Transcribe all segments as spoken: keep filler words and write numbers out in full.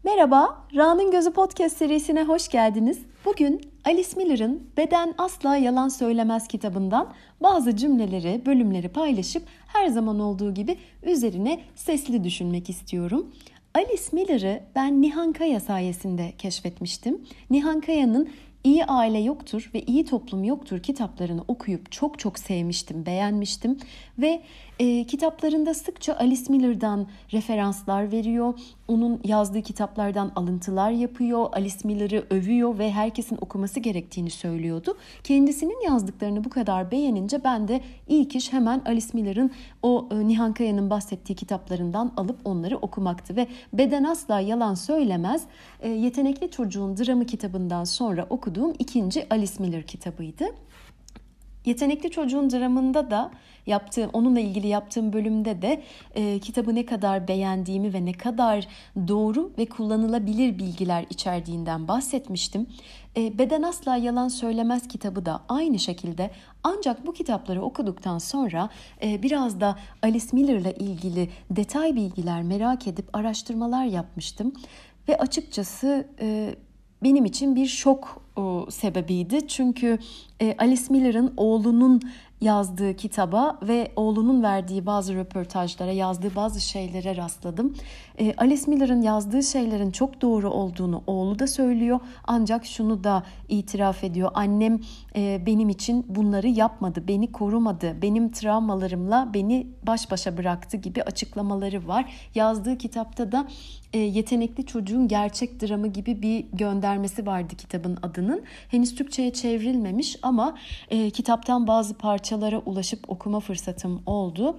Merhaba, Ra'nın Gözü Podcast serisine hoş geldiniz. Bugün Alice Miller'ın Beden Asla Yalan Söylemez kitabından bazı cümleleri, bölümleri paylaşıp her zaman olduğu gibi üzerine sesli düşünmek istiyorum. Alice Miller'ı ben Nihan Kaya sayesinde keşfetmiştim. Nihan Kaya'nın İyi Aile Yoktur ve İyi Toplum Yoktur kitaplarını okuyup çok çok sevmiştim, beğenmiştim. Ve e, kitaplarında sıkça Alice Miller'dan referanslar veriyor. Onun yazdığı kitaplardan alıntılar yapıyor. Alice Miller'ı övüyor ve herkesin okuması gerektiğini söylüyordu. Kendisinin yazdıklarını bu kadar beğenince ben de ilk iş hemen Alice Miller'ın o e, Nihan Kaya'nın bahsettiği kitaplarından alıp onları okumaktı. Ve Beden Asla Yalan Söylemez, e, Yetenekli Çocuğun Dramı kitabından sonra okuduğum ikinci Alice Miller kitabıydı. Yetenekli Çocuğun Dramı'nda da yaptığım, onunla ilgili yaptığım bölümde de e, kitabı ne kadar beğendiğimi ve ne kadar doğru ve kullanılabilir bilgiler içerdiğinden bahsetmiştim. E, Beden Asla Yalan Söylemez kitabı da aynı şekilde, ancak bu kitapları okuduktan sonra e, biraz da Alice Miller'la ilgili detay bilgiler merak edip araştırmalar yapmıştım. Ve açıkçası e, benim için bir şok o, sebebiydi. Çünkü e, Alice Miller'ın oğlunun yazdığı kitaba ve oğlunun verdiği bazı röportajlara, yazdığı bazı şeylere rastladım. E, Alice Miller'ın yazdığı şeylerin çok doğru olduğunu oğlu da söylüyor. Ancak şunu da itiraf ediyor. Annem e, benim için bunları yapmadı, beni korumadı, benim travmalarımla beni baş başa bıraktı gibi açıklamaları var. Yazdığı kitapta da e, Yetenekli Çocuğun Gerçek Dramı gibi bir göndermesi vardı kitabın adının. Henüz Türkçe'ye çevrilmemiş ama e, kitaptan bazı parçalara ulaşıp okuma fırsatım oldu.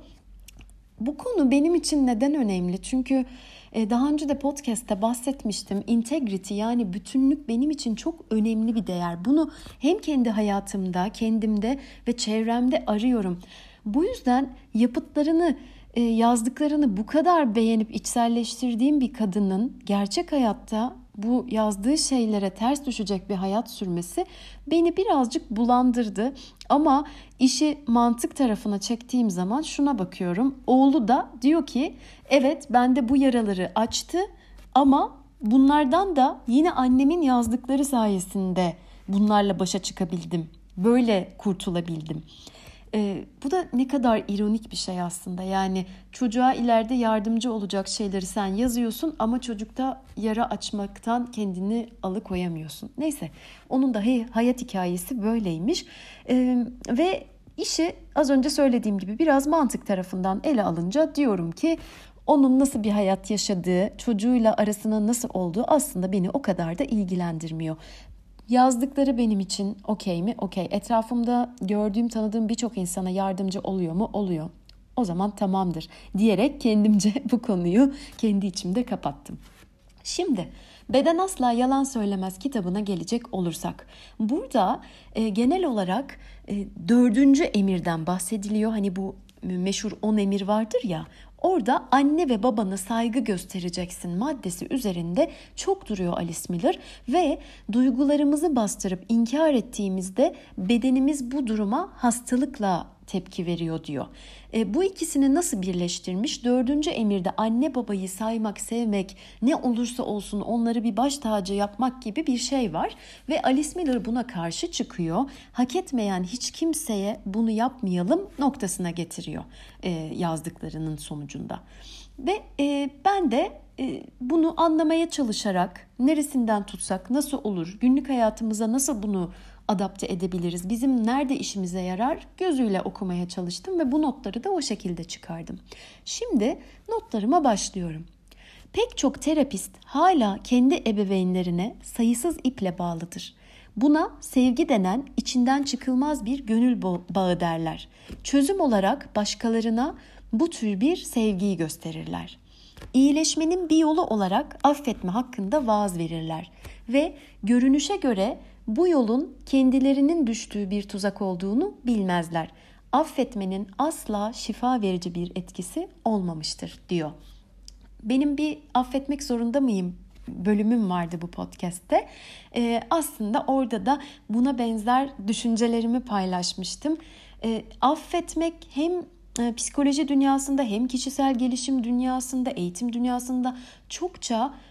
Bu konu benim için neden önemli? Çünkü e, daha önce de podcast'te bahsetmiştim. Integrity, yani bütünlük benim için çok önemli bir değer. Bunu hem kendi hayatımda, kendimde ve çevremde arıyorum. Bu yüzden yapıtlarını, e, yazdıklarını bu kadar beğenip içselleştirdiğim bir kadının gerçek hayatta bu yazdığı şeylere ters düşecek bir hayat sürmesi beni birazcık bulandırdı. Ama işi mantık tarafına çektiğim zaman şuna bakıyorum. Oğlu da diyor ki evet, ben de bu yaraları açtı ama bunlardan da yine annemin yazdıkları sayesinde bunlarla başa çıkabildim. Böyle kurtulabildim. Ee, bu da ne kadar ironik bir şey aslında. Yani çocuğa ileride yardımcı olacak şeyleri sen yazıyorsun ama çocukta yara açmaktan kendini alıkoyamıyorsun. Neyse, onun da hayat hikayesi böyleymiş. Ee, ve işi az önce söylediğim gibi biraz mantık tarafından ele alınca diyorum ki onun nasıl bir hayat yaşadığı, çocuğuyla arasının nasıl olduğu aslında beni o kadar da ilgilendirmiyor. Yazdıkları benim için okey mi? Okey. Etrafımda gördüğüm, tanıdığım birçok insana yardımcı oluyor mu? Oluyor. O zaman tamamdır diyerek kendimce bu konuyu kendi içimde kapattım. Şimdi Beden Asla Yalan Söylemez kitabına gelecek olursak, burada e, genel olarak e, dördüncü emirden bahsediliyor. Hani bu meşhur on emir vardır ya. Orada anne ve babana saygı göstereceksin maddesi üzerinde çok duruyor Alice Miller ve duygularımızı bastırıp inkar ettiğimizde bedenimiz bu duruma hastalıkla tepki veriyor diyor. E, bu ikisini nasıl birleştirmiş? Dördüncü emirde anne babayı saymak, sevmek, ne olursa olsun onları bir baş tacı yapmak gibi bir şey var. Ve Alice Miller buna karşı çıkıyor. Hak etmeyen hiç kimseye bunu yapmayalım noktasına getiriyor e, yazdıklarının sonucunda. Ve e, ben de e, bunu anlamaya çalışarak neresinden tutsak nasıl olur, günlük hayatımıza nasıl bunu adapte edebiliriz, bizim nerede işimize yarar gözüyle okumaya çalıştım ve bu notları da o şekilde çıkardım. Şimdi notlarıma başlıyorum. Pek çok terapist hala kendi ebeveynlerine sayısız iple bağlıdır. Buna sevgi denen içinden çıkılmaz bir gönül bağı derler. Çözüm olarak başkalarına bu tür bir sevgiyi gösterirler. İyileşmenin bir yolu olarak affetme hakkında vaaz verirler ve görünüşe göre bu yolun kendilerinin düştüğü bir tuzak olduğunu bilmezler. Affetmenin asla şifa verici bir etkisi olmamıştır diyor. Benim bir affetmek zorunda mıyım bölümüm vardı bu podcast'te. Ee, aslında orada da buna benzer düşüncelerimi paylaşmıştım. Ee, affetmek hem e, psikoloji dünyasında hem kişisel gelişim dünyasında, eğitim dünyasında çokça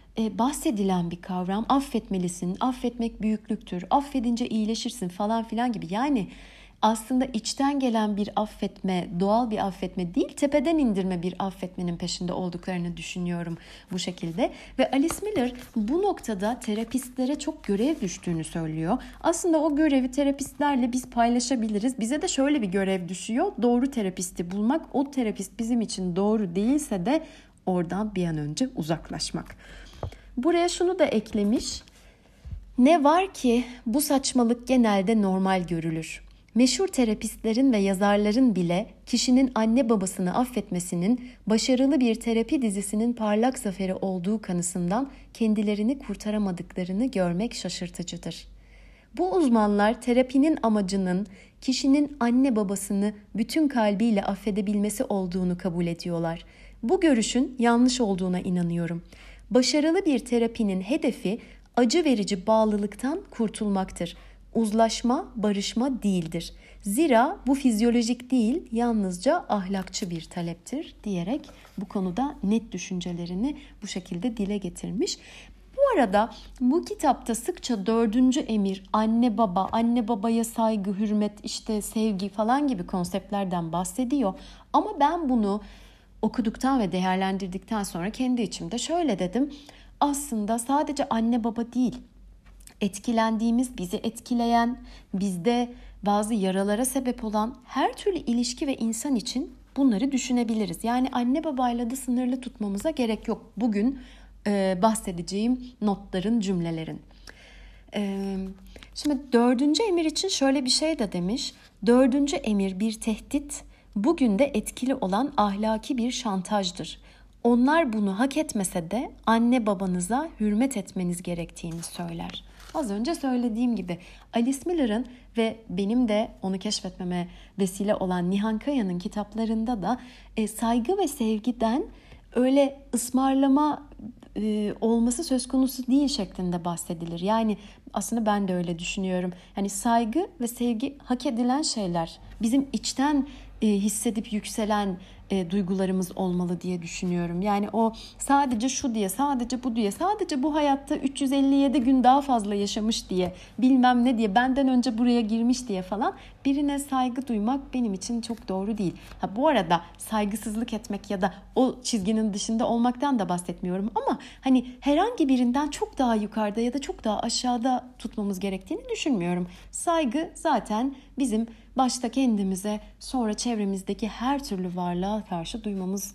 e, bahsedilen bir kavram. Affetmelisin, affetmek büyüklüktür, affedince iyileşirsin falan filan gibi. Yani aslında içten gelen bir affetme, doğal bir affetme değil, tepeden indirme bir affetmenin peşinde olduklarını düşünüyorum bu şekilde. Ve Alice Miller bu noktada terapistlere çok görev düştüğünü söylüyor. Aslında o görevi terapistlerle biz paylaşabiliriz. Bize de şöyle bir görev düşüyor: doğru terapisti bulmak. O terapist bizim için doğru değilse de oradan bir an önce uzaklaşmak. Buraya şunu da eklemiş: ne var ki bu saçmalık genelde normal görülür. Meşhur terapistlerin ve yazarların bile kişinin anne babasını affetmesinin başarılı bir terapi dizisinin parlak zaferi olduğu kanısından kendilerini kurtaramadıklarını görmek şaşırtıcıdır. Bu uzmanlar terapinin amacının kişinin anne babasını bütün kalbiyle affedebilmesi olduğunu kabul ediyorlar. Bu görüşün yanlış olduğuna inanıyorum. Başarılı bir terapinin hedefi acı verici bağlılıktan kurtulmaktır. Uzlaşma, barışma değildir. Zira bu fizyolojik değil, yalnızca ahlakçı bir taleptir diyerek bu konuda net düşüncelerini bu şekilde dile getirmiş. Bu arada bu kitapta sıkça dördüncü emir, anne baba, anne babaya saygı, hürmet, işte sevgi falan gibi konseptlerden bahsediyor. Ama ben bunu okuduktan ve değerlendirdikten sonra kendi içimde şöyle dedim: aslında sadece anne baba değil, etkilendiğimiz, bizi etkileyen, bizde bazı yaralara sebep olan her türlü ilişki ve insan için bunları düşünebiliriz. Yani anne babayla da sınırlı tutmamıza gerek yok. Bugün e, bahsedeceğim notların, cümlelerin. E, şimdi dördüncü emir için şöyle bir şey de demiş: dördüncü emir bir tehdit, bugün de etkili olan ahlaki bir şantajdır. Onlar bunu hak etmese de anne babanıza hürmet etmeniz gerektiğini söyler. Az önce söylediğim gibi Alice Miller'ın ve benim de onu keşfetmeme vesile olan Nihan Kaya'nın kitaplarında da e, saygı ve sevgiden öyle ısmarlama e, olması söz konusu değil şeklinde bahsedilir. Yani aslında ben de öyle düşünüyorum. Yani saygı ve sevgi hak edilen şeyler. Bizim içten e, hissedip yükselen e, duygularımız olmalı diye düşünüyorum. Yani o sadece şu diye, sadece bu diye, sadece bu hayatta üç yüz elli yedi gün daha fazla yaşamış diye, bilmem ne diye, benden önce buraya girmiş diye falan birine saygı duymak benim için çok doğru değil. Ha, bu arada saygısızlık etmek ya da o çizginin dışında olmaktan da bahsetmiyorum ama hani herhangi birinden çok daha yukarıda ya da çok daha aşağıda tutmamız gerektiğini düşünmüyorum. Saygı zaten bizim başta kendimize, sonra çevremizdeki her türlü varlığa karşı duymamızın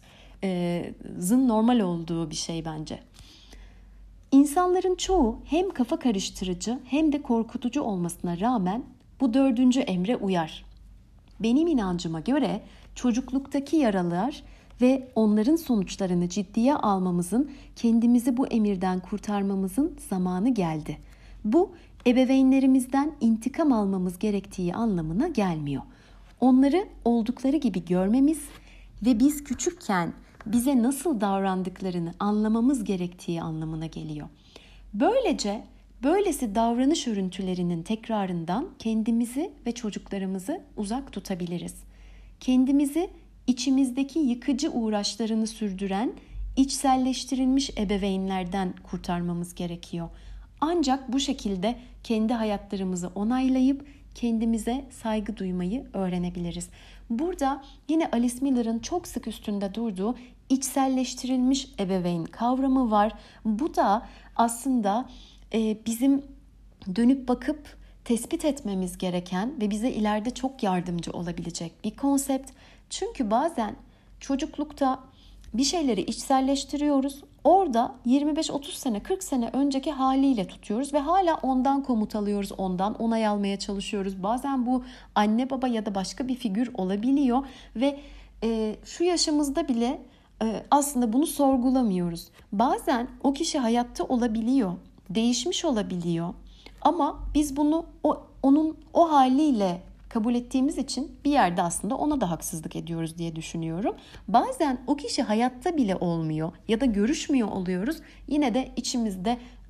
normal olduğu bir şey bence. İnsanların çoğu hem kafa karıştırıcı hem de korkutucu olmasına rağmen bu dördüncü emre uyar. Benim inancıma göre çocukluktaki yaralar ve onların sonuçlarını ciddiye almamızın, kendimizi bu emirden kurtarmamızın zamanı geldi. Bu, ebeveynlerimizden intikam almamız gerektiği anlamına gelmiyor. Onları oldukları gibi görmemiz ve biz küçükken bize nasıl davrandıklarını anlamamız gerektiği anlamına geliyor. Böylece böylesi davranış örüntülerinin tekrarından kendimizi ve çocuklarımızı uzak tutabiliriz. Kendimizi içimizdeki yıkıcı uğraşlarını sürdüren, içselleştirilmiş ebeveynlerden kurtarmamız gerekiyor. Ancak bu şekilde kendi hayatlarımızı onaylayıp kendimize saygı duymayı öğrenebiliriz. Burada yine Alice Miller'ın çok sık üstünde durduğu içselleştirilmiş ebeveyn kavramı var. Bu da aslında e, bizim dönüp bakıp tespit etmemiz gereken ve bize ileride çok yardımcı olabilecek bir konsept. Çünkü bazen çocuklukta bir şeyleri içselleştiriyoruz. Orada yirmi beş otuz sene, kırk sene önceki haliyle tutuyoruz ve hala ondan komut alıyoruz, ondan onay almaya çalışıyoruz. Bazen bu anne baba ya da başka bir figür olabiliyor ve e, şu yaşımızda bile e, aslında bunu sorgulamıyoruz. Bazen o kişi hayatta olabiliyor, değişmiş olabiliyor ama biz bunu o, onun o haliyle kabul ettiğimiz için bir yerde aslında ona da haksızlık ediyoruz diye düşünüyorum. Bazen o kişi hayatta bile olmuyor ya da görüşmüyor oluyoruz. Yine de içimizde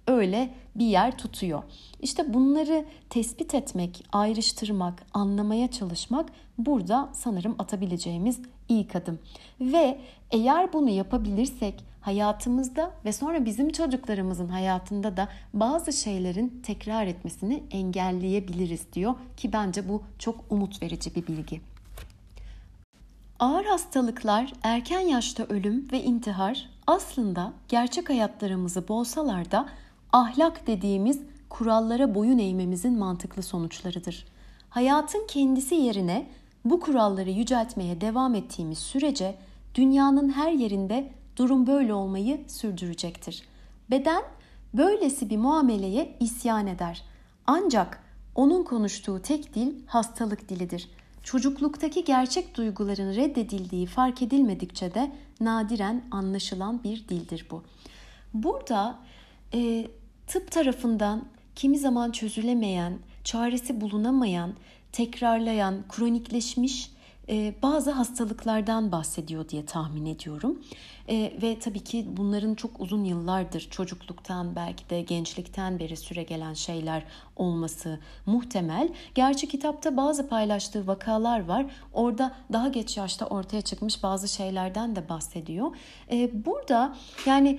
öyle bir yer tutuyor. İşte bunları tespit etmek, ayrıştırmak, anlamaya çalışmak burada sanırım atabileceğimiz ilk adım. Ve eğer bunu yapabilirsek hayatımızda ve sonra bizim çocuklarımızın hayatında da bazı şeylerin tekrar etmesini engelleyebiliriz diyor ki bence bu çok umut verici bir bilgi. Ağır hastalıklar, erken yaşta ölüm ve intihar aslında gerçek hayatlarımızı boğsalar da ahlak dediğimiz kurallara boyun eğmemizin mantıklı sonuçlarıdır. Hayatın kendisi yerine bu kuralları yüceltmeye devam ettiğimiz sürece dünyanın her yerinde durum böyle olmayı sürdürecektir. Beden böylesi bir muameleye isyan eder. Ancak onun konuştuğu tek dil hastalık dilidir. Çocukluktaki gerçek duyguların reddedildiği fark edilmedikçe de nadiren anlaşılan bir dildir bu. Burada e, tıp tarafından kimi zaman çözülemeyen, çaresi bulunamayan, tekrarlayan, kronikleşmiş e, bazı hastalıklardan bahsediyor diye tahmin ediyorum. E, ve tabii ki bunların çok uzun yıllardır çocukluktan belki de gençlikten beri süregelen şeyler olması muhtemel. Gerçi kitapta bazı paylaştığı vakalar var. Orada daha geç yaşta ortaya çıkmış bazı şeylerden de bahsediyor. E, burada yani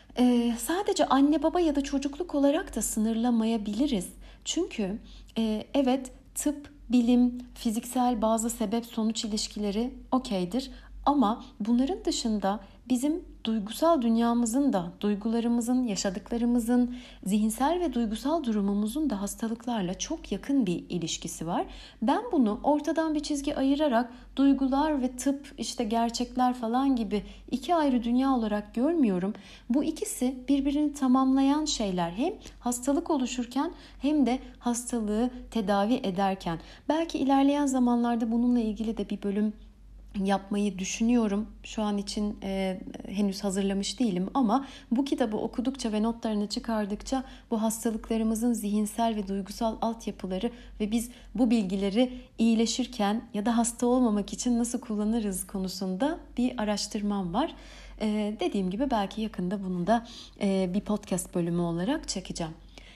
e, sadece anne baba ya da çocukluk olarak da sınırlamayabiliriz. Çünkü e, evet tıp, bilim, fiziksel bazı sebep-sonuç ilişkileri okeydir. Ama bunların dışında bizim duygusal dünyamızın da, duygularımızın, yaşadıklarımızın, zihinsel ve duygusal durumumuzun da hastalıklarla çok yakın bir ilişkisi var. Ben bunu ortadan bir çizgi ayırarak duygular ve tıp, işte gerçekler falan gibi iki ayrı dünya olarak görmüyorum. Bu ikisi birbirini tamamlayan şeyler. Hem hastalık oluşurken hem de hastalığı tedavi ederken. Belki ilerleyen zamanlarda bununla ilgili de bir bölüm yapmayı düşünüyorum. Şu an için e, henüz hazırlamış değilim ama bu kitabı okudukça ve notlarını çıkardıkça bu hastalıklarımızın zihinsel ve duygusal altyapıları ve biz bu bilgileri iyileşirken ya da hasta olmamak için nasıl kullanırız konusunda bir araştırmam var. E, dediğim gibi belki yakında bunu da e, bir podcast bölümü olarak çekeceğim.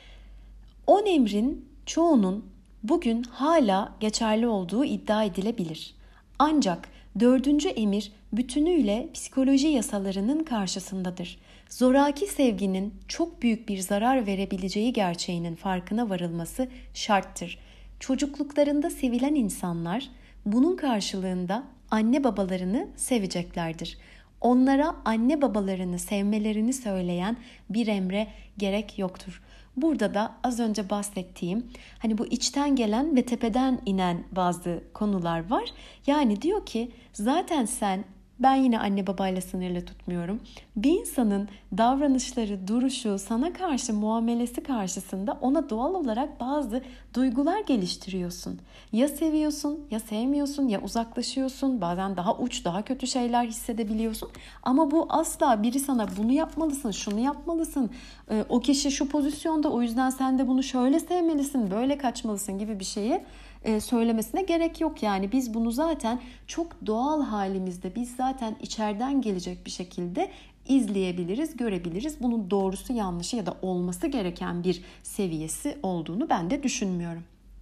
On emrin çoğunun bugün hala geçerli olduğu iddia edilebilir. Ancak dördüncü emir bütünüyle psikoloji yasalarının karşısındadır. Zoraki sevginin çok büyük bir zarar verebileceği gerçeğinin farkına varılması şarttır. Çocukluklarında sevilen insanlar bunun karşılığında anne babalarını seveceklerdir. Onlara anne babalarını sevmelerini söyleyen bir emre gerek yoktur. Burada da az önce bahsettiğim hani bu içten gelen ve tepeden inen bazı konular var. Yani diyor ki zaten sen, ben yine anne babayla sınırlı tutmuyorum. Bir insanın davranışları, duruşu, sana karşı muamelesi karşısında ona doğal olarak bazı duygular geliştiriyorsun. Ya seviyorsun, ya sevmiyorsun, ya uzaklaşıyorsun. Bazen daha uç, daha kötü şeyler hissedebiliyorsun. Ama bu asla biri sana bunu yapmalısın, şunu yapmalısın. O kişi şu pozisyonda, o yüzden sen de bunu şöyle sevmelisin, böyle kaçmalısın gibi bir şeyi söylemesine gerek yok. Yani biz bunu zaten çok doğal halimizde, biz zaten içeriden gelecek bir şekilde izleyebiliriz, görebiliriz. Bunun doğrusu, yanlışı ya da olması gereken bir seviyesi olduğunu ben de düşünmüyorum.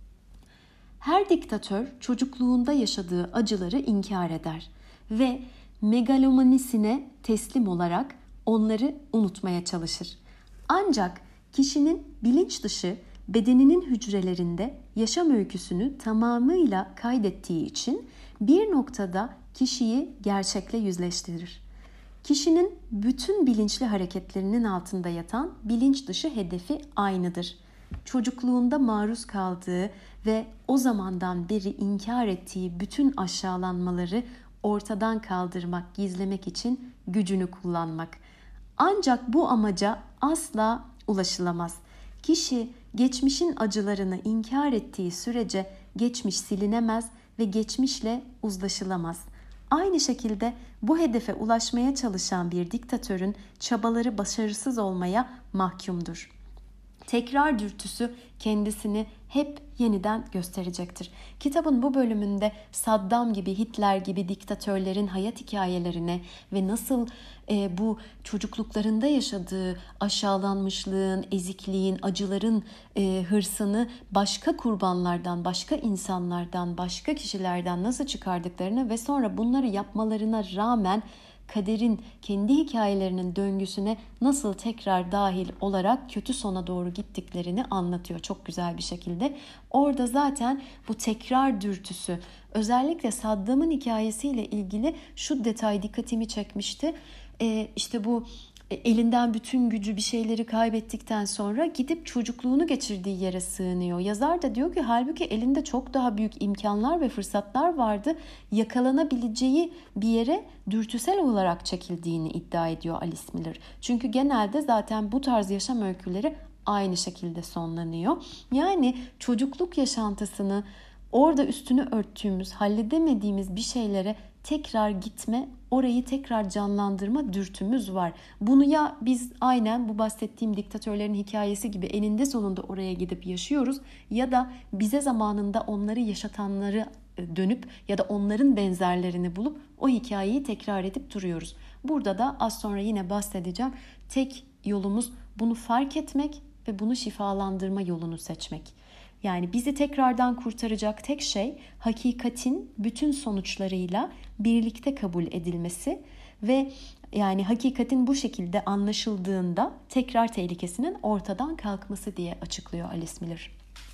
Her diktatör çocukluğunda yaşadığı acıları inkar eder ve megalomanisine teslim olarak onları unutmaya çalışır. Ancak kişinin bilinç dışı bedeninin hücrelerinde yaşam öyküsünü tamamıyla kaydettiği için bir noktada kişiyi gerçekle yüzleştirir. Kişinin bütün bilinçli hareketlerinin altında yatan bilinç dışı hedefi aynıdır. Çocukluğunda maruz kaldığı ve o zamandan beri inkar ettiği bütün aşağılanmaları ortadan kaldırmak, gizlemek için gücünü kullanmak. Ancak bu amaca asla ulaşılamaz. Kişi geçmişin acılarını inkar ettiği sürece geçmiş silinemez ve geçmişle uzlaşılamaz. Aynı şekilde bu hedefe ulaşmaya çalışan bir diktatörün çabaları başarısız olmaya mahkumdur. Tekrar dürtüsü kendisini hep yeniden gösterecektir. Kitabın bu bölümünde Saddam gibi, Hitler gibi diktatörlerin hayat hikayelerine ve nasıl e, bu çocukluklarında yaşadığı aşağılanmışlığın, ezikliğin, acıların e, hırsını başka kurbanlardan, başka insanlardan, başka kişilerden nasıl çıkardıklarını ve sonra bunları yapmalarına rağmen kaderin kendi hikayelerinin döngüsüne nasıl tekrar dahil olarak kötü sona doğru gittiklerini anlatıyor çok güzel bir şekilde. Orada zaten bu tekrar dürtüsü, özellikle Saddam'ın hikayesiyle ilgili şu detay dikkatimi çekmişti. Ee, işte bu elinden bütün gücü bir şeyleri kaybettikten sonra gidip çocukluğunu geçirdiği yere sığınıyor. Yazar da diyor ki halbuki elinde çok daha büyük imkanlar ve fırsatlar vardı. Yakalanabileceği bir yere dürtüsel olarak çekildiğini iddia ediyor Alice Miller. Çünkü genelde zaten bu tarz yaşam öyküleri aynı şekilde sonlanıyor. Yani çocukluk yaşantısını orada üstünü örttüğümüz, halledemediğimiz bir şeylere tekrar gitme, orayı tekrar canlandırma dürtümüz var. Bunu ya biz aynen bu bahsettiğim diktatörlerin hikayesi gibi eninde sonunda oraya gidip yaşıyoruz ya da bize zamanında onları yaşatanları dönüp ya da onların benzerlerini bulup o hikayeyi tekrar edip duruyoruz. Burada da az sonra yine bahsedeceğim. Tek yolumuz bunu fark etmek ve bunu şifalandırma yolunu seçmek. Yani bizi tekrardan kurtaracak tek şey hakikatin bütün sonuçlarıyla birlikte kabul edilmesi ve yani hakikatin bu şekilde anlaşıldığında tekrar tehlikesinin ortadan kalkması diye açıklıyor Alice Miller.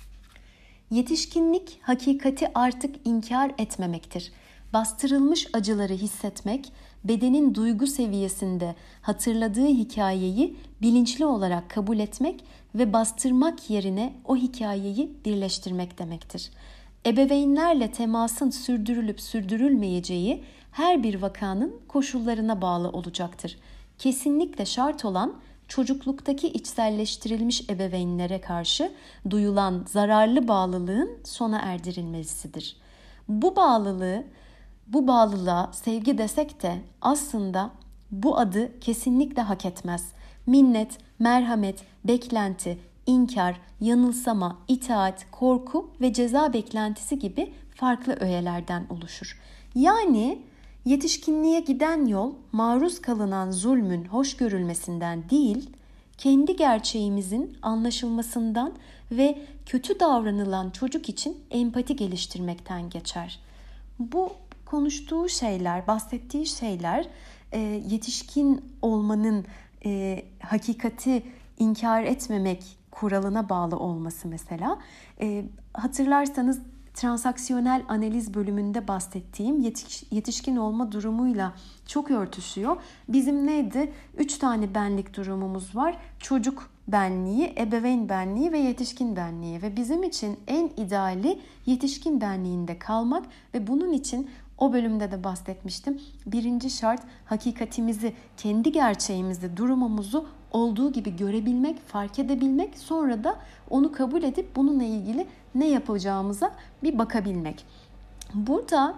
Yetişkinlik hakikati artık inkar etmemektir. Bastırılmış acıları hissetmek, bedenin duygu seviyesinde hatırladığı hikayeyi bilinçli olarak kabul etmek ve bastırmak yerine o hikayeyi birleştirmek demektir. Ebeveynlerle temasın sürdürülüp sürdürülmeyeceği her bir vakanın koşullarına bağlı olacaktır. Kesinlikle şart olan çocukluktaki içselleştirilmiş ebeveynlere karşı duyulan zararlı bağlılığın sona erdirilmesidir. Bu bağlılığı Bu bağlılığa sevgi desek de aslında bu adı kesinlikle hak etmez. Minnet, merhamet, beklenti, inkar, yanılsama, itaat, korku ve ceza beklentisi gibi farklı öğelerden oluşur. Yani yetişkinliğe giden yol maruz kalınan zulmün hoş görülmesinden değil, kendi gerçeğimizin anlaşılmasından ve kötü davranılan çocuk için empati geliştirmekten geçer. Bu konuştuğu şeyler, bahsettiği şeyler e, yetişkin olmanın e, hakikati inkar etmemek kuralına bağlı olması mesela. E, hatırlarsanız transaksiyonel analiz bölümünde bahsettiğim yetiş, yetişkin olma durumuyla çok örtüşüyor. Bizim neydi? Üç tane benlik durumumuz var. Çocuk benliği, ebeveyn benliği ve yetişkin benliği. Ve bizim için en ideali yetişkin benliğinde kalmak ve bunun için o bölümde de bahsetmiştim. Birinci şart hakikatimizi, kendi gerçeğimizi, durumumuzu olduğu gibi görebilmek, fark edebilmek, sonra da onu kabul edip bununla ilgili ne yapacağımıza bir bakabilmek. Burada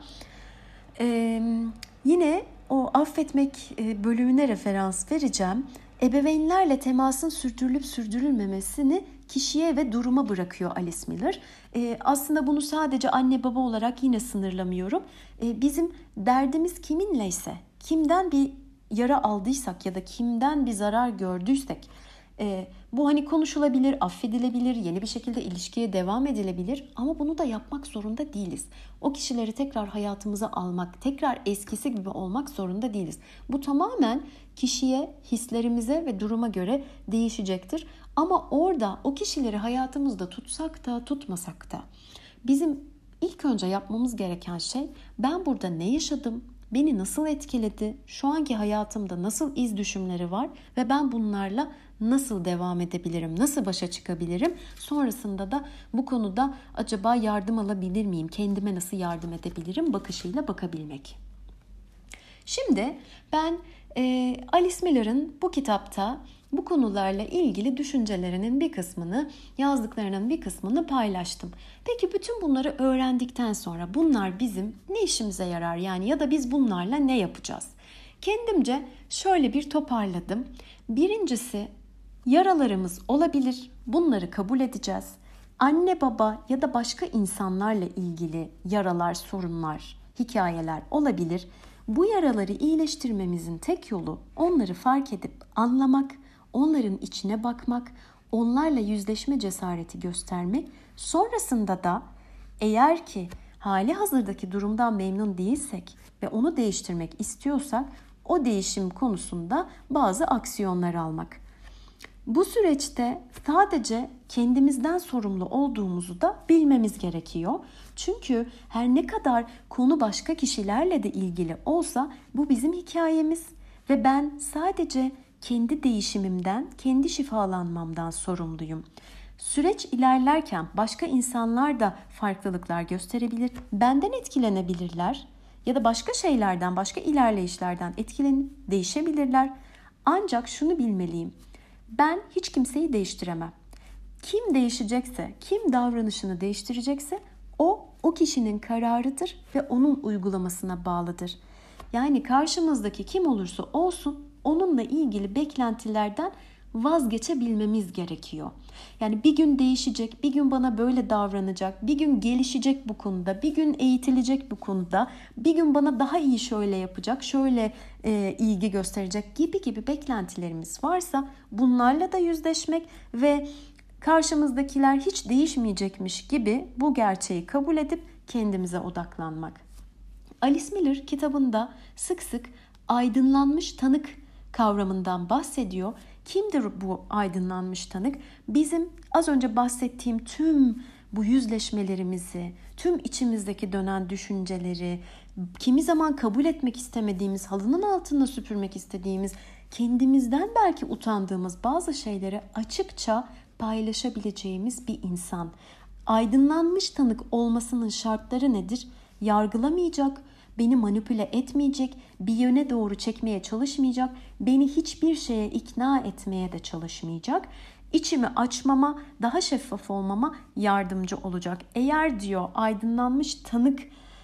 e, yine o affetmek bölümüne referans vereceğim. Ebeveynlerle temasın sürdürülüp sürdürülmemesini kişiye ve duruma bırakıyor Alice Miller. Ee, aslında bunu sadece anne baba olarak yine sınırlamıyorum. Ee, bizim derdimiz kiminleyse, kimden bir yara aldıysak ya da kimden bir zarar gördüysek, e, bu hani konuşulabilir, affedilebilir, yeni bir şekilde ilişkiye devam edilebilir ama bunu da yapmak zorunda değiliz. O kişileri tekrar hayatımıza almak, tekrar eskisi gibi olmak zorunda değiliz. Bu tamamen kişiye, hislerimize ve duruma göre değişecektir. Ama orada o kişileri hayatımızda tutsak da tutmasak da bizim ilk önce yapmamız gereken şey, ben burada ne yaşadım, beni nasıl etkiledi, şu anki hayatımda nasıl iz düşümleri var ve ben bunlarla nasıl devam edebilirim, nasıl başa çıkabilirim? Sonrasında da bu konuda acaba yardım alabilir miyim, kendime nasıl yardım edebilirim bakışıyla bakabilmek. Şimdi ben e, Alice Miller'ın bu kitapta bu konularla ilgili düşüncelerinin bir kısmını, yazdıklarının bir kısmını paylaştım. Peki bütün bunları öğrendikten sonra bunlar bizim ne işimize yarar yani ya da biz bunlarla ne yapacağız? Kendimce şöyle bir toparladım. Birincisi, yaralarımız olabilir, bunları kabul edeceğiz. Anne baba ya da başka insanlarla ilgili yaralar, sorunlar, hikayeler olabilir. Bu yaraları iyileştirmemizin tek yolu onları fark edip anlamak, onların içine bakmak, onlarla yüzleşme cesareti göstermek. Sonrasında da eğer ki hali hazırdaki durumdan memnun değilsek ve onu değiştirmek istiyorsak o değişim konusunda bazı aksiyonlar almak. Bu süreçte sadece kendimizden sorumlu olduğumuzu da bilmemiz gerekiyor. Çünkü her ne kadar konu başka kişilerle de ilgili olsa bu bizim hikayemiz ve ben sadece kendi değişimimden, kendi şifalanmamdan sorumluyum. Süreç ilerlerken başka insanlar da farklılıklar gösterebilir, benden etkilenebilirler ya da başka şeylerden, başka ilerleyişlerden etkilenip değişebilirler. Ancak şunu bilmeliyim. Ben hiç kimseyi değiştiremem. Kim değişecekse, kim davranışını değiştirecekse o, o kişinin kararıdır ve onun uygulamasına bağlıdır. Yani karşımızdaki kim olursa olsun onunla ilgili beklentilerden vazgeçebilmemiz gerekiyor. Yani bir gün değişecek, bir gün bana böyle davranacak, bir gün gelişecek bu konuda, bir gün eğitilecek bu konuda, bir gün bana daha iyi şöyle yapacak, şöyle e, ilgi gösterecek gibi gibi beklentilerimiz varsa bunlarla da yüzleşmek ve karşımızdakiler hiç değişmeyecekmiş gibi bu gerçeği kabul edip kendimize odaklanmak. Alice Miller kitabında sık sık aydınlanmış tanık kavramından bahsediyor. Kimdir bu aydınlanmış tanık? Bizim az önce bahsettiğim tüm bu yüzleşmelerimizi, tüm içimizdeki dönen düşünceleri, kimi zaman kabul etmek istemediğimiz, halının altında süpürmek istediğimiz, kendimizden belki utandığımız bazı şeyleri açıkça paylaşabileceğimiz bir insan. Aydınlanmış tanık olmasının şartları nedir? Yargılamayacak, beni manipüle etmeyecek, bir yöne doğru çekmeye çalışmayacak, beni hiçbir şeye ikna etmeye de çalışmayacak. İçimi açmama, daha şeffaf olmama yardımcı olacak. Eğer diyor aydınlanmış tanık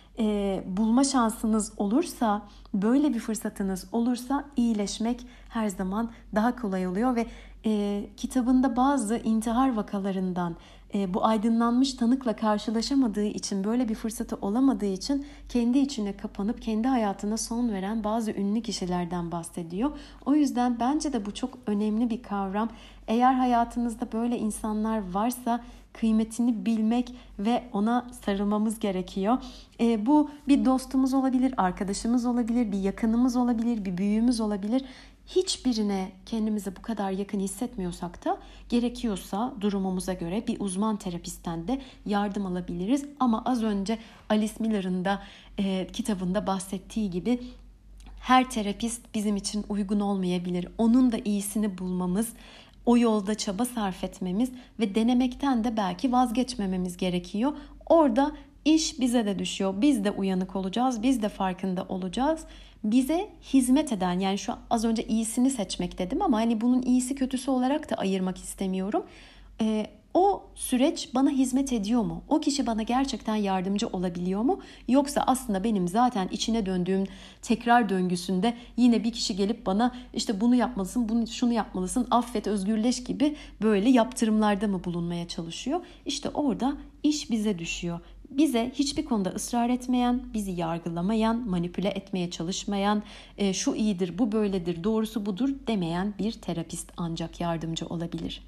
e, bulma şansınız olursa, böyle bir fırsatınız olursa iyileşmek her zaman daha kolay oluyor ve e, kitabında bazı intihar vakalarından e, bu aydınlanmış tanıkla karşılaşamadığı için, böyle bir fırsatı olamadığı için kendi içine kapanıp kendi hayatına son veren bazı ünlü kişilerden bahsediyor. O yüzden bence de bu çok önemli bir kavram. Eğer hayatınızda böyle insanlar varsa kıymetini bilmek ve ona sarılmamız gerekiyor. E, bu bir dostumuz olabilir, arkadaşımız olabilir, bir yakınımız olabilir, bir büyüğümüz olabilir. Hiçbirine kendimizi bu kadar yakın hissetmiyorsak da gerekiyorsa durumumuza göre bir uzman terapistten de yardım alabiliriz. Ama az önce Alice Miller'ın da e, kitabında bahsettiği gibi her terapist bizim için uygun olmayabilir. Onun da iyisini bulmamız, o yolda çaba sarf etmemiz ve denemekten de belki vazgeçmememiz gerekiyor. Orada iş bize de düşüyor. Biz de uyanık olacağız, biz de farkında olacağız. Bize hizmet eden, yani şu az önce iyisini seçmek dedim ama hani bunun iyisi kötüsü olarak da ayırmak istemiyorum. Ee, o süreç bana hizmet ediyor mu? O kişi bana gerçekten yardımcı olabiliyor mu? Yoksa aslında benim zaten içine döndüğüm tekrar döngüsünde yine bir kişi gelip bana işte bunu yapmalısın, bunu şunu yapmalısın, affet, özgürleş gibi böyle yaptırımlarda mı bulunmaya çalışıyor? İşte orada iş bize düşüyor. Bize hiçbir konuda ısrar etmeyen, bizi yargılamayan, manipüle etmeye çalışmayan, e, şu iyidir, bu böyledir, doğrusu budur demeyen bir terapist ancak yardımcı olabilir.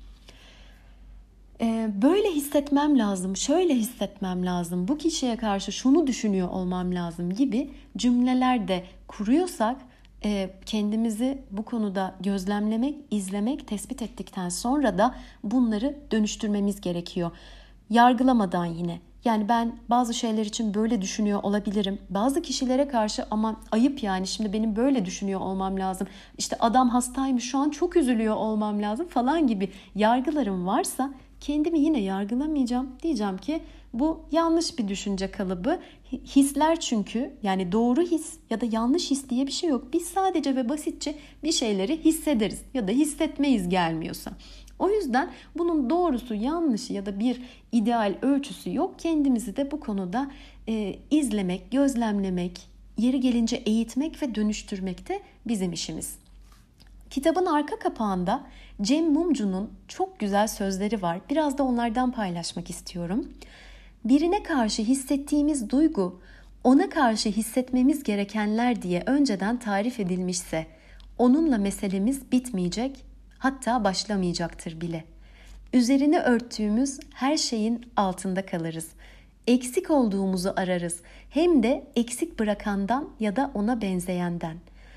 E, böyle hissetmem lazım, şöyle hissetmem lazım, bu kişiye karşı şunu düşünüyor olmam lazım gibi cümleler de kuruyorsak, e, kendimizi bu konuda gözlemlemek, izlemek, tespit ettikten sonra da bunları dönüştürmemiz gerekiyor. Yargılamadan yine. Yani ben bazı şeyler için böyle düşünüyor olabilirim. Bazı kişilere karşı ama ayıp yani şimdi benim böyle düşünüyor olmam lazım. İşte adam hastaymış şu an çok üzülüyor olmam lazım falan gibi yargılarım varsa kendimi yine yargılamayacağım. Diyeceğim ki bu yanlış bir düşünce kalıbı. Hisler çünkü yani doğru his ya da yanlış his diye bir şey yok. Biz sadece ve basitçe bir şeyleri hissederiz ya da hissetmeyiz gelmiyorsa. O yüzden bunun doğrusu, yanlışı ya da bir ideal ölçüsü yok. Kendimizi de bu konuda e, izlemek, gözlemlemek, yeri gelince eğitmek ve dönüştürmek de bizim işimiz. Kitabın arka kapağında Cem Mumcu'nun çok güzel sözleri var. Biraz da onlardan paylaşmak istiyorum. Birine karşı hissettiğimiz duygu, ona karşı hissetmemiz gerekenler diye önceden tarif edilmişse, onunla meselemiz bitmeyecek, hatta başlamayacaktır bile. Üzerine örttüğümüz her şeyin altında kalırız. Eksik olduğumuzu ararız. Hem de eksik bırakandan ya da ona benzeyenden.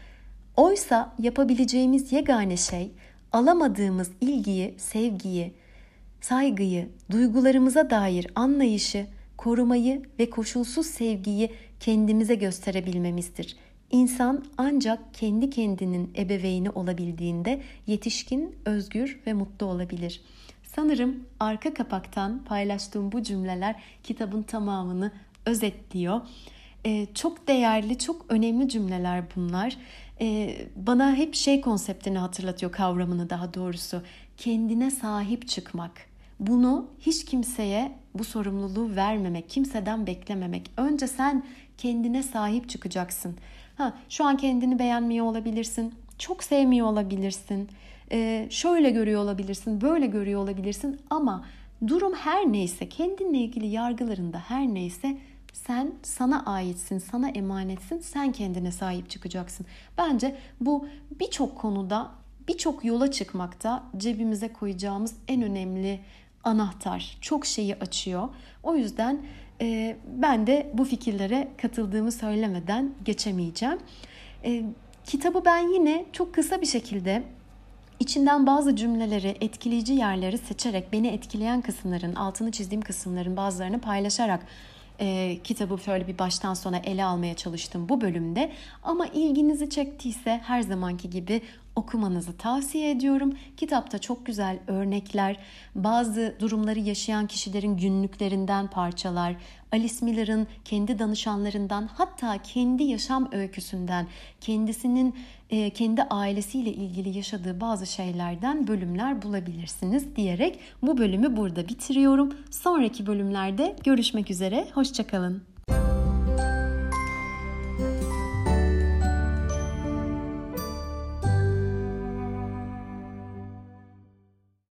Oysa yapabileceğimiz yegane şey alamadığımız ilgiyi, sevgiyi, saygıyı, duygularımıza dair anlayışı, korumayı ve koşulsuz sevgiyi kendimize gösterebilmemizdir. İnsan ancak kendi kendinin ebeveyni olabildiğinde yetişkin, özgür ve mutlu olabilir. Sanırım arka kapaktan paylaştığım bu cümleler kitabın tamamını özetliyor. Ee, çok değerli, çok önemli cümleler bunlar. Ee, bana hep şey konseptini hatırlatıyor, kavramını daha doğrusu. Kendine sahip çıkmak. Bunu hiç kimseye bu sorumluluğu vermemek, kimseden beklememek. Önce sen kendine sahip çıkacaksın. Ha, şu an kendini beğenmiyor olabilirsin, çok sevmiyor olabilirsin, ee, şöyle görüyor olabilirsin, böyle görüyor olabilirsin ama durum her neyse, kendinle ilgili yargılarında her neyse sen sana aitsin, sana emanetsin, sen kendine sahip çıkacaksın. Bence bu birçok konuda, birçok yola çıkmakta cebimize koyacağımız en önemli anahtar. Çok şeyi açıyor. O yüzden e, ben de bu fikirlere katıldığımı söylemeden geçemeyeceğim. E, kitabı ben yine çok kısa bir şekilde İçinden bazı cümleleri, etkileyici yerleri seçerek beni etkileyen kısımların, altını çizdiğim kısımların bazılarını paylaşarak e, kitabı şöyle bir baştan sona ele almaya çalıştım bu bölümde. Ama ilginizi çektiyse her zamanki gibi okumanızı tavsiye ediyorum. Kitapta çok güzel örnekler, bazı durumları yaşayan kişilerin günlüklerinden parçalar, Alice Miller'ın kendi danışanlarından, hatta kendi yaşam öyküsünden, kendisinin e, kendi ailesiyle ilgili yaşadığı bazı şeylerden bölümler bulabilirsiniz diyerek bu bölümü burada bitiriyorum. Sonraki bölümlerde görüşmek üzere, hoşça kalın.